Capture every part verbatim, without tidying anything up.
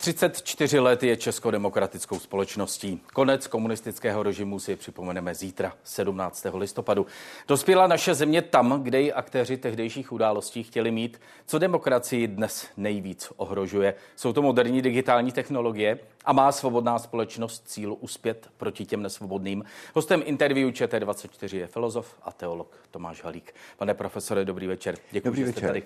třicet čtyři let je Českou demokratickou společností. Konec komunistického režimu si připomeneme zítra, sedmnáctého listopadu. Dospěla naše země tam, kde ji aktéři tehdejších událostí chtěli mít. Co demokracii dnes nejvíc ohrožuje? Jsou to moderní digitální technologie a má svobodná společnost cíl uspět proti těm nesvobodným? Hostem interview Č T dvacet čtyři je filozof a teolog Tomáš Halík. Pane profesore, dobrý večer. Děkuji, dobrý že jste večer. tady.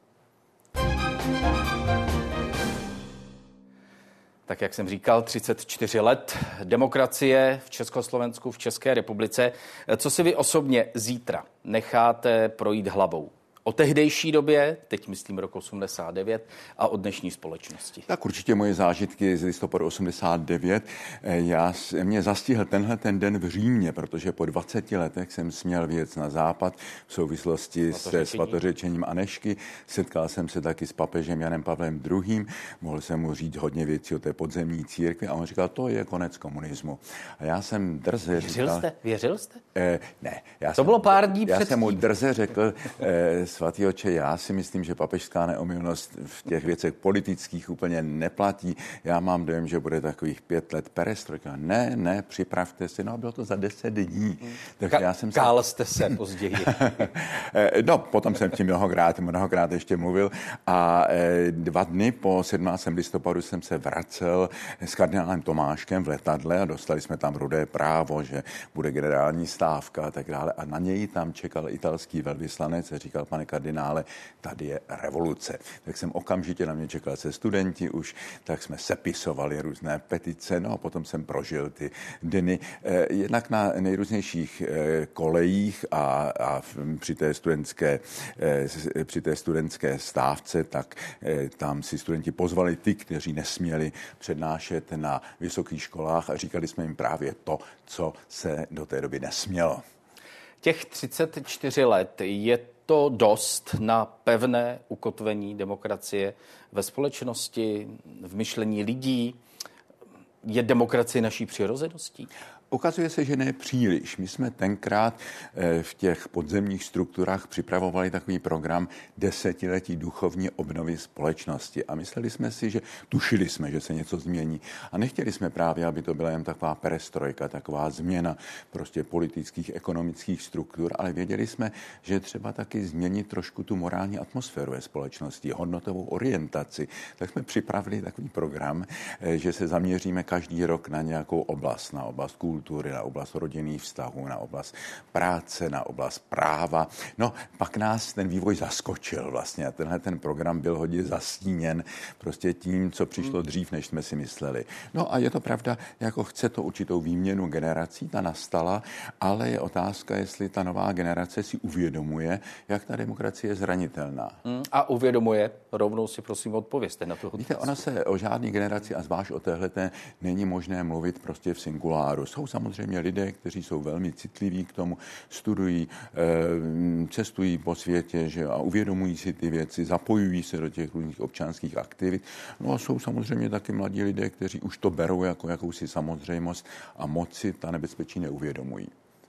Tak jak jsem říkal, třicet čtyři let demokracie v Československu, v České republice. Co si vy osobně zítra necháte projít hlavou? O tehdejší době, teď myslím rok osmdesát devět, a o dnešní společnosti. Tak určitě moje zážitky z listopadu osmdesát devět. Já mě zastihl tenhle ten den v Římě, protože po dvaceti letech jsem směl vyjet na západ v souvislosti se svatořečením Anežky. Setkal jsem se taky s papežem Janem Pavlem druhým. Mohl jsem mu říct hodně věcí o té podzemní církvi a on říkal, to je konec komunismu. A já jsem drze Věřil říkal... jste? Věřil jste? Eh, ne. Já to jsem, bylo pár dní Já předtím. jsem mu drze řekl, eh, svatý oče, já si myslím, že papežská neomylnost v těch věcech politických úplně neplatí. Já mám dojem, že bude takových pět let perestrojka. Ne, ne, připravte se. No a bylo to za deset dní. Takže Ka- já jsem kál se... jste se později. No, potom jsem tím mnohokrát, mnohokrát ještě mluvil. A dva dny po sedmnáctého listopadu jsem se vracel s kardinálem Tomáškem v letadle a dostali jsme tam Rudé právo, že bude generální stávka a tak dále. A na něj tam čekal italský velvyslanec a říkal, pane kardinále, tady je revoluce. Tak jsem okamžitě, na mě čekali se studenti už, tak jsme sepisovali různé petice, no a potom jsem prožil ty dny. Jednak na nejrůznějších kolejích a, a při té studentské, při té studentské stávce, tak tam si studenti pozvali ty, kteří nesměli přednášet na vysokých školách a říkali jsme jim právě to, co se do té doby nesmělo. Těch třicet čtyři let je to dost na pevné ukotvení demokracie ve společnosti, v myšlení lidí? Je demokracie naší přirozeností? Ukazuje se, že ne příliš. My jsme tenkrát v těch podzemních strukturách připravovali takový program desetiletí duchovní obnovy společnosti a mysleli jsme si, že tušili jsme, že se něco změní a nechtěli jsme právě, aby to byla jen taková perestrojka, taková změna prostě politických, ekonomických struktur, ale věděli jsme, že třeba taky změnit trošku tu morální atmosféru ve společnosti, hodnotovou orientaci. Tak jsme připravili takový program, že se zaměříme každý rok na nějakou oblast, na oblast kultury, na oblast rodinných vztahů, na oblast práce, na oblast práva. No, pak nás ten vývoj zaskočil vlastně a tenhle ten program byl hodně zastíněn prostě tím, co přišlo dřív, než jsme si mysleli. No a je to pravda, jako chce to určitou výměnu generací, ta nastala, ale je otázka, jestli ta nová generace si uvědomuje, jak ta demokracie je zranitelná. Hmm, a uvědomuje, rovnou si prosím odpovězte na to. Víte, ona se o žádné generaci a zvlášť o téhleté není možné mluvit prostě v singuláru. Jsou samozřejmě lidé, kteří jsou velmi citliví k tomu, studují, cestují po světě, že, a uvědomují si ty věci, zapojují se do těch různých občanských aktivit. No a jsou samozřejmě taky mladí lidé, kteří už to berou jako jakousi samozřejmost a moci ta nebezpečí neuvědomují.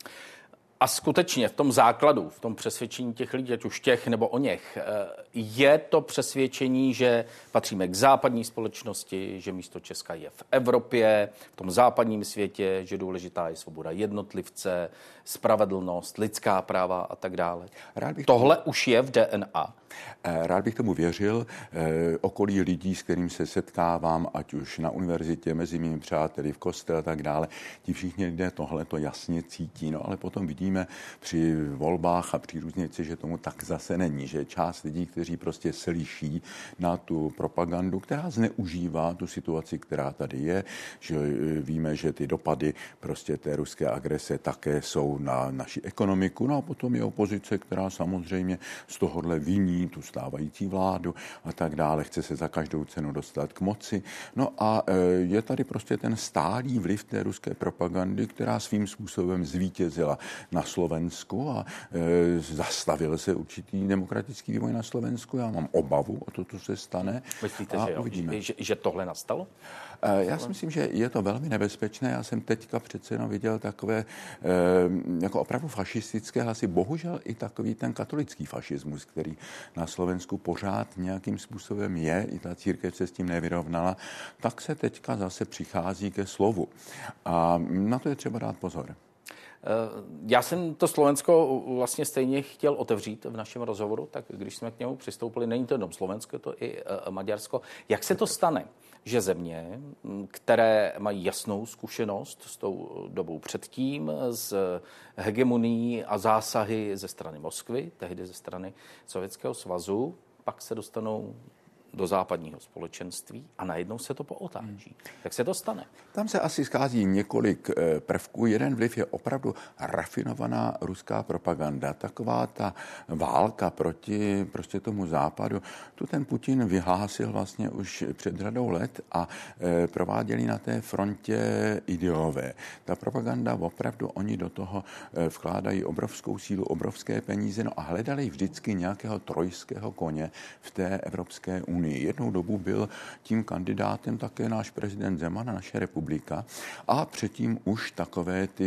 A skutečně v tom základu, v tom přesvědčení těch lidí, ať už těch nebo o něch, je to přesvědčení, že patříme k západní společnosti, že místo Česka je v Evropě, v tom západním světě, že důležitá je svoboda jednotlivce, spravedlnost, lidská práva a tak dále. Tohle tomu... už je v D N A. Rád bych tomu věřil. Okolí lidí, s kterým se setkávám, ať už na univerzitě, mezi mými přáteli, v kostele a tak dále, ti všichni lidé tohle to jasně cítí. No ale potom vidíme při volbách a při různých věci, že tomu tak zase není, že část lidí, kteří prostě slyší na tu propagandu, která zneužívá tu situaci, která tady je, že víme, že ty dopady prostě té ruské agrese také jsou na naši ekonomiku. No a potom je opozice, která samozřejmě z tohohle viní tu stávající vládu a tak dále, chce se za každou cenu dostat k moci. No a je tady prostě ten stálý vliv té ruské propagandy, která svým způsobem zvítězila na Slovensku a e, zastavil se určitý demokratický vývoj na Slovensku. Já mám obavu o to, co se stane. Myslíte, že, jo? Že, že tohle nastalo? E, já si myslím, že je to velmi nebezpečné. Já jsem teďka přece jenom viděl takové e, jako opravdu fašistické hlasy. Bohužel i takový ten katolický fašismus, který na Slovensku pořád nějakým způsobem je, i ta církev se s tím nevyrovnala, tak se teďka zase přichází ke slovu. A na to je třeba dát pozor. Já jsem to Slovensko vlastně stejně chtěl otevřít v našem rozhovoru, tak když jsme k němu přistoupili, není to jenom Slovensko, je to i Maďarsko. Jak se to stane, že země, které mají jasnou zkušenost s tou dobou předtím, s hegemonií a zásahy ze strany Moskvy, tehdy ze strany Sovětského svazu, pak se dostanou do západního společenství a najednou se to pootáčí. Jak se to stane? Tam se asi schází několik prvků. Jeden vliv je opravdu rafinovaná ruská propaganda. Taková ta válka proti prostě tomu západu. Tu ten Putin vyhlásil vlastně už před řadou let a e, prováděli na té frontě ideové. Ta propaganda opravdu, oni do toho e, vkládají obrovskou sílu, obrovské peníze, no a hledali vždycky nějakého trojského koně v té Evropské unii. Jednou dobu byl tím kandidátem také náš prezident Zeman, naše republika, a předtím už takové ty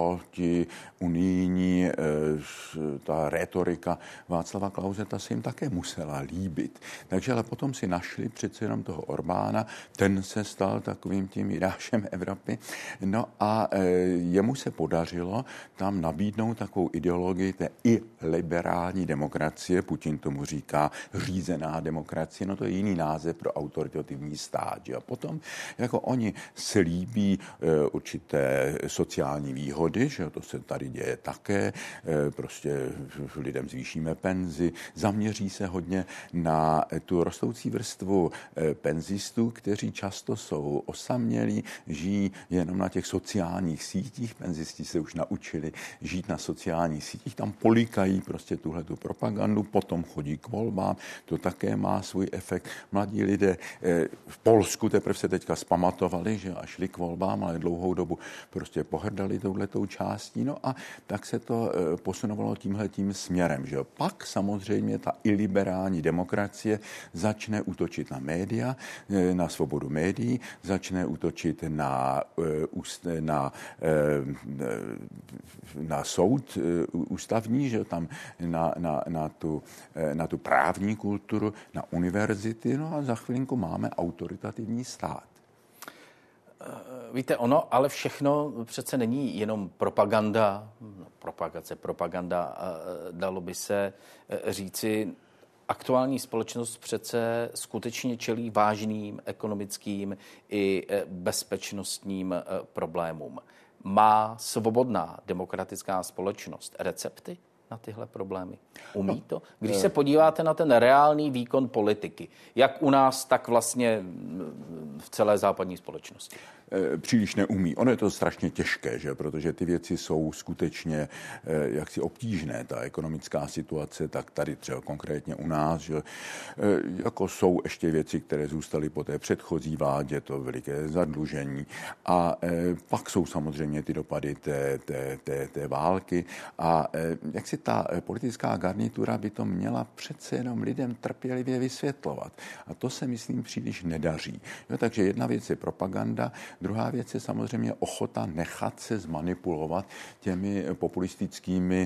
protiunijní, e, ta retorika Václava Klause, ta se jim také musela líbit. Takže ale potom si našli přece jenom toho Orbána, ten se stal takovým tím Jirášem Evropy. No a e, jemu se podařilo tam nabídnout takovou ideologii té i liberální demokracie, Putin tomu říká řízená demokracie, no to je jiný název pro autoritativní stát. Že? A potom jako oni slíbí e, určité sociální výhody, že to se tady děje také, e, prostě lidem zvýšíme penzi, zaměří se hodně na tu rostoucí vrstvu e, penzistů, kteří často jsou osamělí, žijí jenom na těch sociálních sítích, penzisti se už naučili žít na sociálních sítích, tam polikají prostě tuhletu propagandu, potom chodí k volbám, to také má svůj efekt. Mladí lidé v Polsku teprve se teďka zpamatovali, že a šli k volbám, ale dlouhou dobu prostě pohrdali touhletou částí, no a tak se to posunovalo tímhletím směrem, že jo. Pak samozřejmě ta iliberální demokracie začne útočit na média, na svobodu médií, začne útočit na, na, na soud ústavní, že tam na, na, na, tu, na tu právní kulturu, na univerzity, no a za chvilinku máme autoritativní stát. Víte, ono, ale všechno přece není jenom propaganda, no, propagace, propaganda, dalo by se říci. Aktuální společnost přece skutečně čelí vážným ekonomickým i bezpečnostním problémům. Má svobodná demokratická společnost recepty na tyhle problémy? Umí to? Když se podíváte na ten reálný výkon politiky, jak u nás, tak vlastně v celé západní společnosti. Příliš neumí. Ono je to strašně těžké, že? Protože ty věci jsou skutečně jaksi obtížné. Ta ekonomická situace, tak tady třeba konkrétně u nás, že jako jsou ještě věci, které zůstaly po té předchozí vládě, to veliké zadlužení. A pak jsou samozřejmě ty dopady té, té, té, té války. A jak si ta politická garnitura by to měla přece jenom lidem trpělivě vysvětlovat. A to se, myslím, příliš nedaří. Jo, takže jedna věc je propaganda, druhá věc je samozřejmě ochota nechat se zmanipulovat těmi populistickými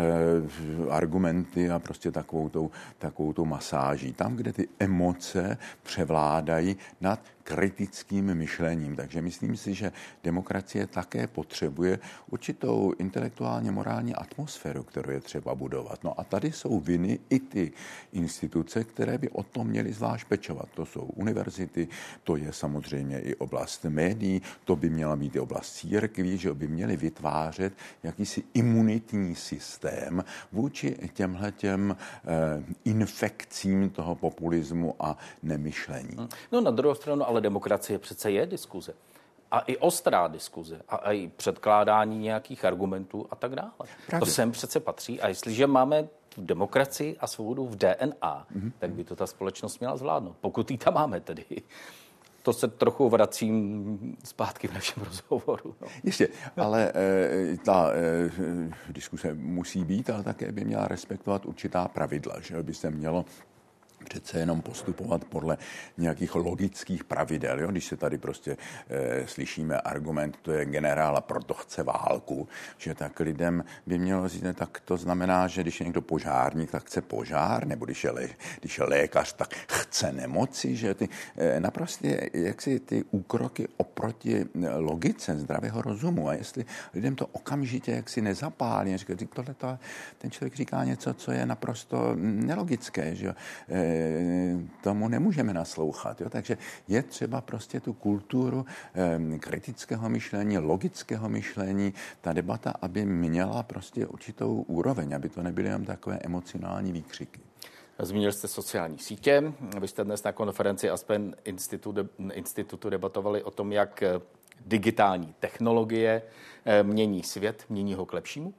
eh, argumenty a prostě takovou tou, takovou tou masáží. Tam, kde ty emoce převládají nad kritickým myšlením. Takže myslím si, že demokracie také potřebuje určitou intelektuálně morální atmosféru, kterou je třeba budovat. No a tady jsou viny i ty instituce, které by o tom měly zvlášť pečovat. To jsou univerzity, to je samozřejmě i oblast médií, to by měla být i oblast církví, že by měly vytvářet jakýsi imunitní systém vůči těmhletěm eh, infekcím toho populismu a nemyšlení. No na druhou stranu, ale demokracie přece je diskuze. A i ostrá diskuze. A i předkládání nějakých argumentů a tak dále. Právě. To sem přece patří. A jestliže máme tu demokracii a svobodu v D N A, mm-hmm. tak by to ta společnost měla zvládnout. Pokud ji tam máme tedy. To se trochu vracím zpátky v našem rozhovoru. No. Ještě, ale e, ta e, diskuse musí být, ale také by měla respektovat určitá pravidla, že by se mělo přece jenom postupovat podle nějakých logických pravidel. Jo? Když se tady prostě e, slyšíme argument, to je generál a proto chce válku, že tak lidem by mělo říct, ne, tak to znamená, že když je někdo požárník, tak chce požár, nebo když je, lé, když je lékař, tak chce nemoci, že ty e, naprosto jaksi ty úkroky oproti logice zdravého rozumu a jestli lidem to okamžitě jaksi nezapálí, říká, tohle to, ten člověk říká něco, co je naprosto nelogické, že jo? E, tomu nemůžeme naslouchat. Jo? Takže je třeba prostě tu kulturu eh, kritického myšlení, logického myšlení, ta debata, aby měla prostě určitou úroveň, aby to nebyly jen takové emocionální výkřiky. Zmínil jste sociální sítě. Vy jste dnes na konferenci Aspen institutu, institutu debatovali o tom, jak digitální technologie mění svět, mění ho k lepšímu.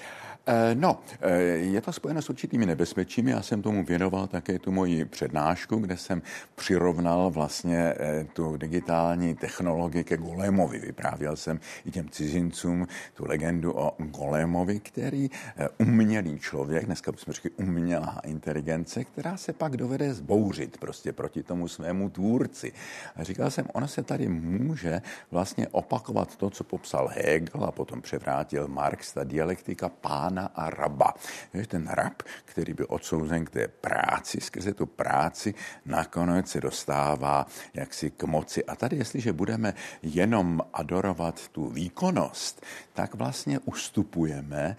No, je to spojeno s určitými nebezpečími. Já jsem tomu věnoval také tu moji přednášku, kde jsem přirovnal vlastně tu digitální technologii ke Golemovi. Vyprávěl jsem i těm cizincům tu legendu o Golemovi, který umělý člověk, dneska bychom řekli umělá inteligence, která se pak dovede zbouřit prostě proti tomu svému tvůrci. A říkal jsem, ono se tady může vlastně opakovat to, co popsal Hegel a potom převrátil Marx, ta dialektika pána a raba. Ten rab, který byl odsouzen k té práci, skrze tu práci nakonec se dostává jaksi k moci. A tady, jestliže budeme jenom adorovat tu výkonnost, tak vlastně ustupujeme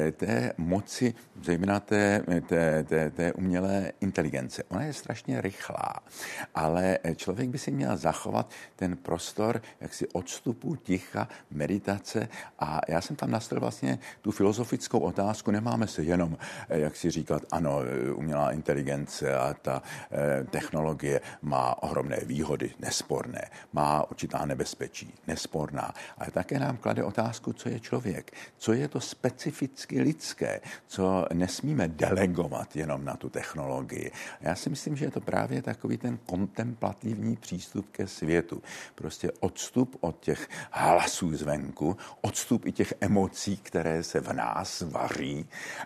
té moci, zejména té, té, té, té umělé inteligence. Ona je strašně rychlá, ale člověk by si měl zachovat ten prostor jaksi odstupu, ticha, meditace a já jsem tam nastavil vlastně tu filozofickou otázku, nemáme se jenom, jak si říkat, ano, umělá inteligence a ta technologie má ohromné výhody, nesporné, má určitá nebezpečí, nesporná, ale také nám klade otázku, co je člověk, co je to specificky lidské, co nesmíme delegovat jenom na tu technologii. Já si myslím, že je to právě takový ten kontemplativní přístup ke světu. Prostě odstup od těch hlasů zvenku, odstup i těch emocí, které se v nás vaří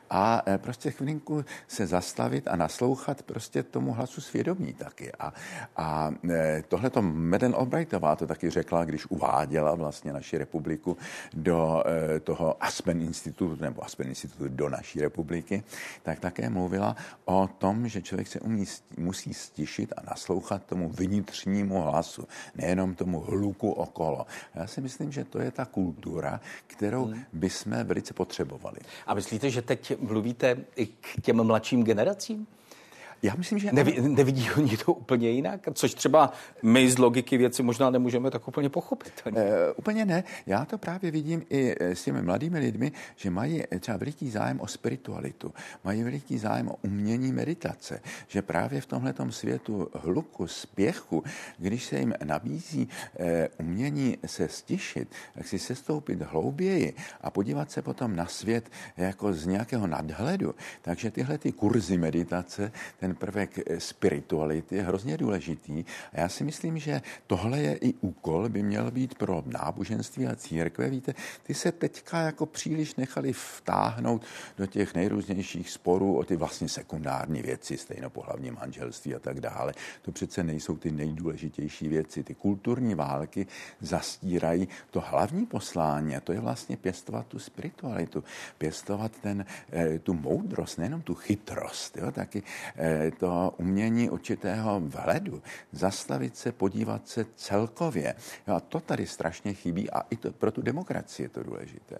a prostě chvilinku se zastavit a naslouchat prostě tomu hlasu svědomí taky. A, a tohleto Madeleine Albrightová to taky řekla, když uváděla vlastně naši republiku do toho Aspen institutu, nebo Aspen institutu do naší republiky, tak také mluvila o tom, že člověk se umí, musí stišit a naslouchat tomu vnitřnímu hlasu, nejenom tomu hluku okolo. Já si myslím, že to je ta kultura, kterou hmm. bychom velice potřebovali. A myslíte, že teď mluvíte i k těm mladším generacím? Já myslím, že... Nevi, nevidí oni to úplně jinak? Což třeba my z logiky věci možná nemůžeme tak úplně pochopit. E, úplně ne. Já to právě vidím i s těmi mladými lidmi, že mají třeba veliký zájem o spiritualitu, mají veliký zájem o umění meditace, že právě v tomhletom světu hluku, spěchu, když se jim nabízí e, umění se stišit, tak si sestoupit hlouběji a podívat se potom na svět jako z nějakého nadhledu. Takže tyhle ty kurzy meditace, ten prvek spirituality je hrozně důležitý. A já si myslím, že tohle je i úkol, by měl být pro náboženství a církve. Víte, ty se teďka jako příliš nechali vtáhnout do těch nejrůznějších sporů o ty vlastně sekundární věci, stejnopohlavní manželství a tak dále. To přece nejsou ty nejdůležitější věci. Ty kulturní války zastírají to hlavní poslání a to je vlastně pěstovat tu spiritualitu, pěstovat ten, tu moudrost, nejenom tu chytrost, jo, taky to umění určitého vhledu, zastavit se, podívat se celkově. A to tady strašně chybí a i to, pro tu demokracii je to důležité.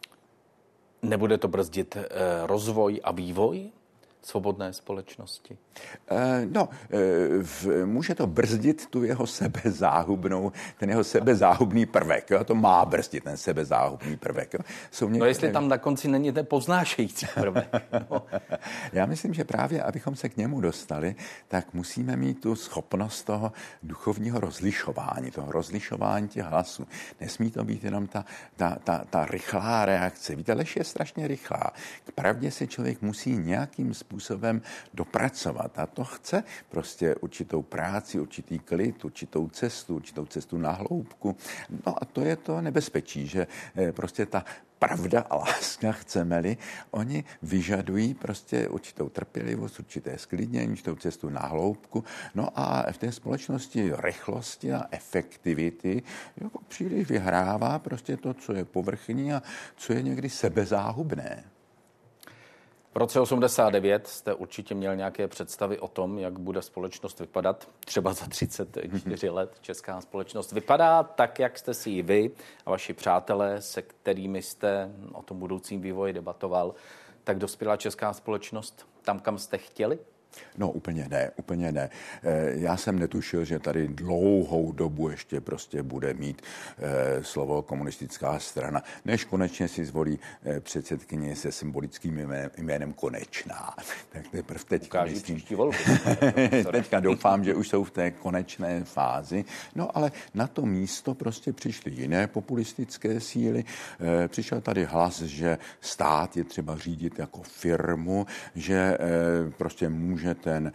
Nebude to brzdit eh, rozvoj a vývoj svobodné společnosti? No, v, může to brzdit tu jeho sebezáhubnou, ten jeho sebezáhubný prvek. Jo? To má brzdit ten sebezáhubný prvek. Jo? Jsou některé... No jestli tam na konci není ten poznášející prvek. No. Já myslím, že právě, abychom se k němu dostali, tak musíme mít tu schopnost toho duchovního rozlišování, toho rozlišování těch hlasů. Nesmí to být jenom ta, ta, ta, ta rychlá reakce. Víte, lež je strašně rychlá. K pravdě se člověk musí nějakým způsobem způsobem dopracovat. A to chce prostě určitou práci, určitý klid, určitou cestu, určitou cestu na hloubku. No a to je to nebezpečí, že prostě ta pravda a láska, chceme-li, oni vyžadují prostě určitou trpělivost, určité sklidnění, určitou cestu na hloubku. No a v té společnosti rychlosti a efektivity jako příliš vyhrává prostě to, co je povrchní a co je někdy sebezáhubné. V roce osmdesát devět jste určitě měl nějaké představy o tom, jak bude společnost vypadat. Třeba za třicet čtyři let česká společnost vypadá tak, jak jste si ji vy a vaši přátelé, se kterými jste o tom budoucím vývoji debatoval, tak dospěla česká společnost tam, kam jste chtěli? No úplně ne, úplně ne. Já jsem netušil, že tady dlouhou dobu ještě prostě bude mít eh, slovo komunistická strana, než konečně si zvolí eh, předsedkyni se symbolickým jménem, jménem Konečná. Tak teprve teďka Ukáží myslím, příští volby. teďka doufám, že už jsou v té konečné fázi. No ale na to místo prostě přišly jiné populistické síly. Eh, přišel tady hlas, že stát je třeba řídit jako firmu, že eh, prostě může ten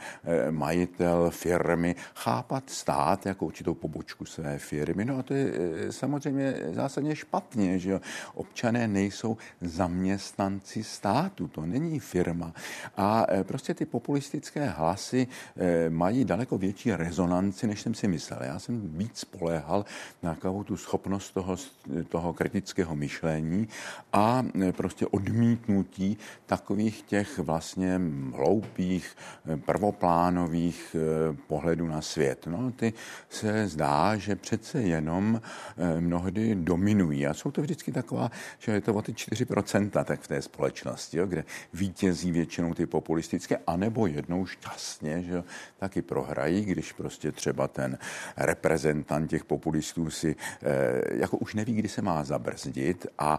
majitel firmy chápat stát jako určitou pobočku své firmy. No a to je samozřejmě zásadně špatně, že občané nejsou zaměstnanci státu, to není firma. A prostě ty populistické hlasy mají daleko větší rezonanci, než jsem si myslel. Já jsem víc spoléhal na takovou tu schopnost toho, toho kritického myšlení a prostě odmítnutí takových těch vlastně hloupých prvoplánových pohledů na svět. No, ty se zdá, že přece jenom mnohdy dominují. A jsou to vždycky taková, že je to o ty čtyři procenta tak v té společnosti, jo, kde vítězí většinou ty populistické, anebo jednou šťastně, že taky prohrají, když prostě třeba ten reprezentant těch populistů si jako už neví, kdy se má zabrzdit a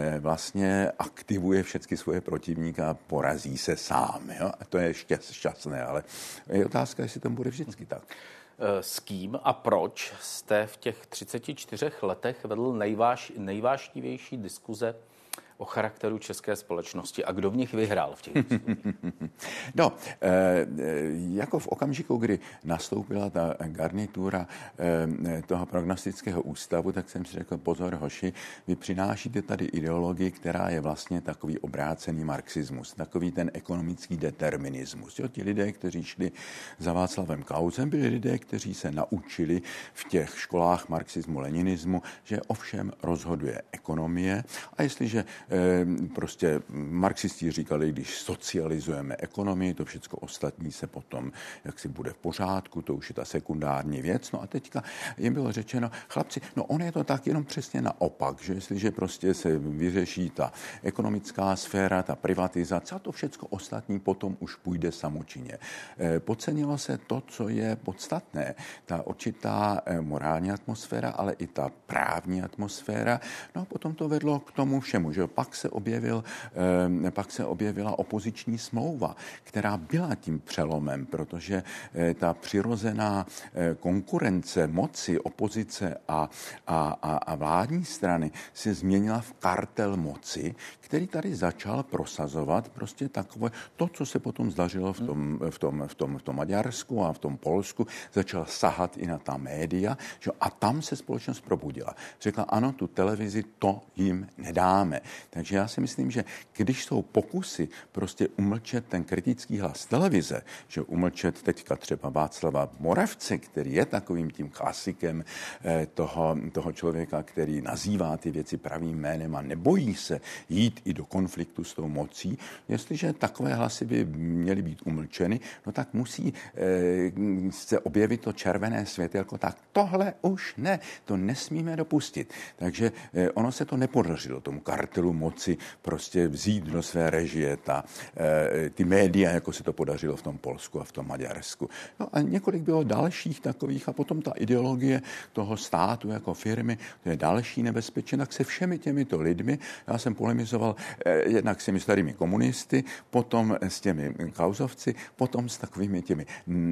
vlastně aktivuje všechny svoje protivníky a porazí se sám. Jo? A to je šťastné, ale je otázka, jestli to bude vždycky tak. S kým a proč jste v těch třiceti čtyřech letech vedl nejváž, nejvášnivější diskuze o charakteru české společnosti a kdo v nich vyhrál v těch No, jako v okamžiku, kdy nastoupila ta garnitura toho prognostického ústavu, tak jsem si řekl, pozor hoši, vy přinášíte tady ideologii, která je vlastně takový obrácený marxismus, takový ten ekonomický determinismus. Jo, ti lidé, kteří šli za Václavem Klausem, byli lidé, kteří se naučili v těch školách marxismu, leninismu, že ovšem rozhoduje ekonomie a jestliže prostě marxisti říkali, když socializujeme ekonomii, to všechno ostatní se potom jak si bude v pořádku, to už je ta sekundární věc. No a teďka jim bylo řečeno, chlapci, no on je to tak jenom přesně naopak, že jestliže prostě se vyřeší ta ekonomická sféra, ta privatizace a to všechno ostatní potom už půjde samočinně. Podcenilo se to, co je podstatné, ta určitá morální atmosféra, ale i ta právní atmosféra. No a potom to vedlo k tomu všemu, že pak se objevil, eh, pak se objevila opoziční smlouva, která byla tím přelomem, protože eh, ta přirozená eh, konkurence moci, opozice a, a, a, a vládní strany se změnila v kartel moci, který tady začal prosazovat prostě takové, to, co se potom zdařilo v tom, v tom, v tom, v tom Maďarsku a v tom Polsku, začal sahat i na ta média, že, a tam se společnost probudila. Řekla, ano, tu televizi to jim nedáme. Takže já si myslím, že když jsou pokusy prostě umlčet ten kritický hlas televize, že umlčet teďka třeba Václava Moravce, který je takovým tím klasikem eh, toho, toho člověka, který nazývá ty věci pravým jménem a nebojí se jít i do konfliktu s tou mocí, jestliže takové hlasy by měly být umlčeny, no tak musí eh, se objevit to červené světýlko, tak tohle už ne, to nesmíme dopustit. Takže eh, ono se to nepodařilo tomu kartelu moci prostě vzít do své režie ta, e, ty média, jako se to podařilo v tom Polsku a v tom Maďarsku. No a několik bylo dalších takových a potom ta ideologie toho státu jako firmy, to je další nebezpečí, tak se všemi těmito lidmi, já jsem polemizoval e, jednak s těmi starými komunisty, potom s těmi klausovci, potom s takovými těmi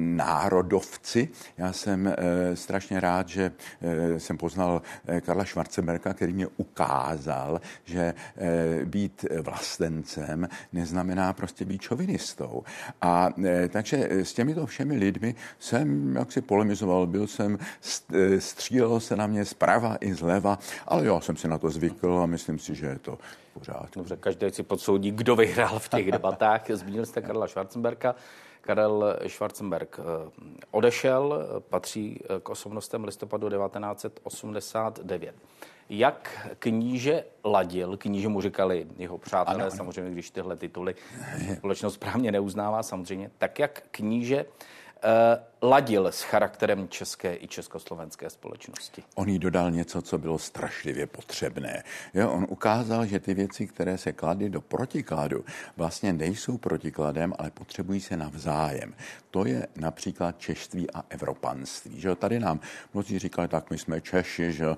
národovci. Já jsem e, strašně rád, že e, jsem poznal e, Karla Schwarzenberga, který mě ukázal, že být vlastencem neznamená prostě být šovinistou. A takže s těmito všemi lidmi jsem jaksi polemizoval, byl jsem, střílelo se na mě zprava i zleva, ale já jsem si na to zvykl a myslím si, že je to pořád. Dobře, každý si podsoudí, kdo vyhrál v těch debatách. Zmínil jste Karla Schwarzenberga. Karel Schwarzenberg odešel, patří k osobnostem listopadu devatenáct set osmdesát devět. Jak kníže ladil, kníže mu říkali jeho přátelé, ano, ano. Samozřejmě, když tyhle tituly společnost správně neuznává, samozřejmě, tak jak kníže uh, ladil s charakterem české i československé společnosti? On jí dodal něco, co bylo strašlivě potřebné. Jo, on ukázal, že ty věci, které se kladly do protikladu, vlastně nejsou protikladem, ale potřebují se navzájem. To je například češství a evropanství. Že? Tady nám mnozí říkali, tak my jsme Češi, že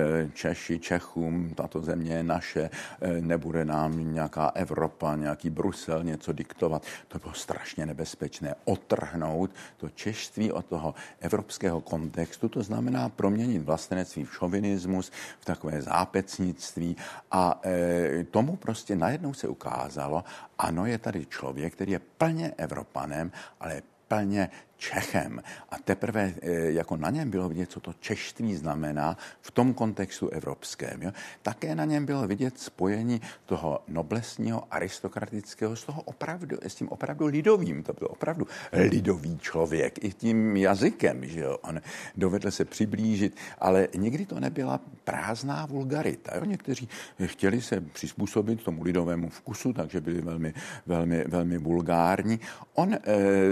Češi, Čechům, tato země je naše, nebude nám nějaká Evropa, nějaký Brusel něco diktovat. To bylo strašně nebezpečné. Otrhnout to češství od toho evropského kontextu, to znamená proměnit vlastenectví v šovinismus, v takové zápecnictví a e, tomu prostě najednou se ukázalo, ano, je tady člověk, který je plně Evropanem, ale plně Čechem. A teprve jako na něm bylo vidět, co to češství znamená v tom kontextu evropském. Jo? Také na něm bylo vidět spojení toho noblesního, aristokratického s, toho opravdu, s tím opravdu lidovým. To byl opravdu lidový člověk. I tím jazykem, že jo? On dovedl se přiblížit, ale nikdy to nebyla prázdná vulgarita. Jo? Někteří chtěli se přizpůsobit tomu lidovému vkusu, takže byli velmi, velmi, velmi vulgární. On e,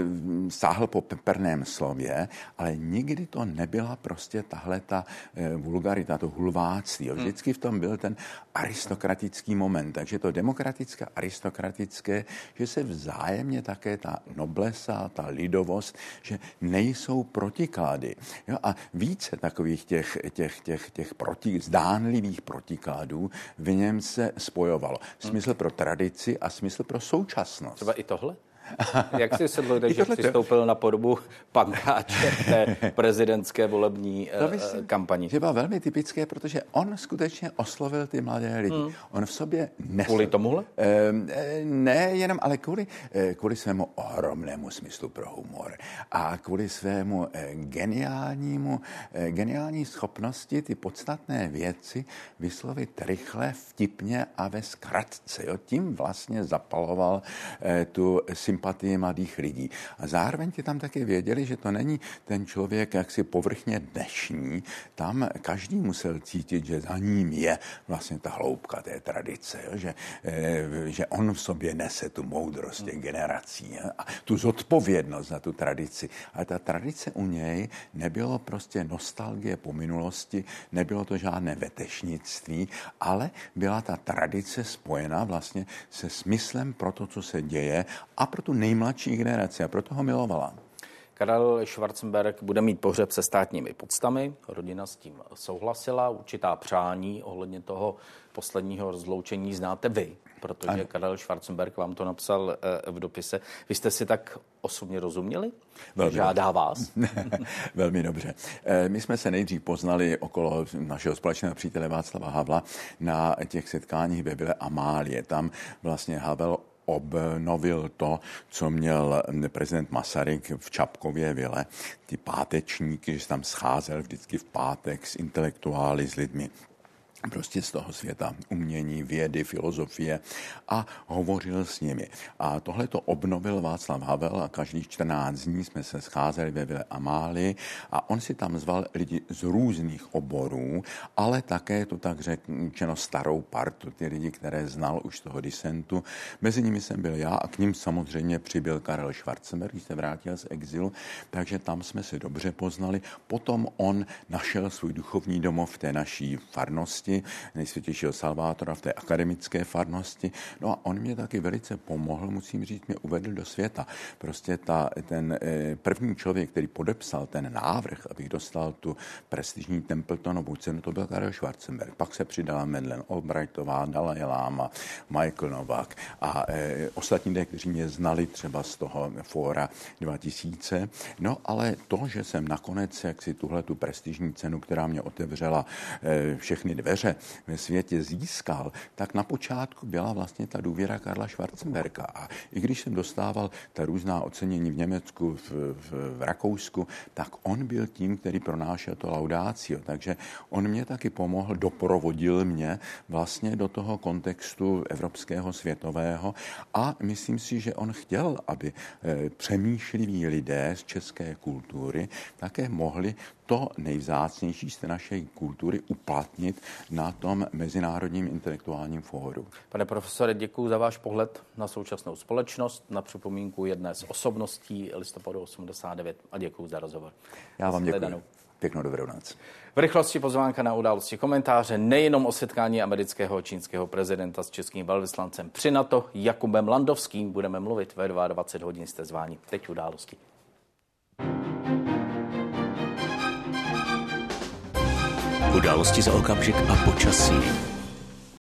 sáhl po peprném slově, ale nikdy to nebyla prostě tahle ta e, vulgarita, to hulváctví. Vždycky v tom byl ten aristokratický moment. Takže to demokratické, aristokratické, že se vzájemně také ta noblesa, ta lidovost, že nejsou protiklady. Jo? A více takových těch, těch, těch, těch proti, zdánlivých protikladů v něm se spojovalo. Smysl pro tradici a smysl pro současnost. Třeba i tohle? Jak si sedlo, že přistoupil na podobu pankáče té prezidentské volební uh, kampani? To bylo velmi typické, protože on skutečně oslovil ty mladé lidi. Hmm. On v sobě nesl... Kvůli tomuhle? E, ne jenom, ale kvůli, kvůli svému ohromnému smyslu pro humor a kvůli svému geniálnímu, geniální schopnosti ty podstatné věci vyslovit rychle, vtipně a ve zkratce. Jo? Tím vlastně zapaloval e, tu sympatii mladých lidí. A zároveň ti tam také věděli, že to není ten člověk jaksi povrchně dnešní. Tam každý musel cítit, že za ním je vlastně ta hloubka té tradice, jo? Že, že on v sobě nese tu moudrost těch generací, jo? A tu zodpovědnost za tu tradici. A ta tradice u něj nebylo prostě nostalgie po minulosti, nebylo to žádné vetešnictví, ale byla ta tradice spojená vlastně se smyslem pro to, co se děje a pro tu nejmladší generaci a proto ho milovala. Karel Schwarzenberg bude mít pohřeb se státními poctami. Rodina s tím souhlasila. Určitá přání ohledně toho posledního rozloučení znáte vy, protože ano. Karel Schwarzenberg vám to napsal v dopise. Vy jste si tak osobně rozuměli? Velmi Žádá vás? Velmi dobře. My jsme se nejdřív poznali okolo našeho společného přítele Václava Havla na těch setkáních ve Vile Amálie. Tam vlastně Havel obnovil to, co měl prezident Masaryk v Čapkově vile, ty pátečníky, že se tam scházel vždycky v pátek s intelektuály, s lidmi prostě z toho světa umění, vědy, filozofie a hovořil s nimi. A tohle to obnovil Václav Havel a každých čtrnáct dní jsme se scházeli ve Vile Amálii a on si tam zval lidi z různých oborů, ale také to tak řečeno starou partu, ty lidi, které znal už z toho disentu. Mezi nimi jsem byl já a k ním samozřejmě přibyl Karel Schwarzenberg, když se vrátil z exilu, takže tam jsme se dobře poznali. Potom on našel svůj duchovní domov v té naší farnosti, nejsvětějšího Salvátora v té akademické farnosti. No a on mě taky velice pomohl, musím říct, mě uvedl do světa. Prostě ta, ten eh, první člověk, který podepsal ten návrh, abych dostal tu prestižní Templetonovu cenu, to byl Karel Schwarzenberg. Pak se přidala Madeleine Albrightová, Dalai Lama, Michael Novak a eh, ostatní lidé, kteří mě znali třeba z toho fóra dva tisíce. No ale to, že jsem nakonec jaksi tuhle tu prestižní cenu, která mě otevřela eh, všechny dveře, moře ve světě získal, tak na počátku byla vlastně ta důvěra Karla Schwarzenberga. A i když jsem dostával ta různá ocenění v Německu, v, v, v Rakousku, tak on byl tím, který pronášel to laudácio. Takže on mě taky pomohl, doprovodil mě vlastně do toho kontextu evropského, světového a myslím si, že on chtěl, aby e, přemýšliví lidé z české kultury také mohli to nejvzácnější z té naší kultury uplatnit na tom mezinárodním intelektuálním fóru. Pane profesore, děkuji za váš pohled na současnou společnost, na připomínku jedné z osobností listopadu osmdesát devět a děkuji za rozhovor. Já vám děkuji. Pěknou dobrou noc. V rychlosti pozvánka na Události komentáře nejenom o setkání amerického a čínského prezidenta s českým velvyslancem při NATO Jakubem Landovským. Budeme mluvit ve dvacet dva hodin, jste zváni. Teď Události. Události za okamžik a počasí.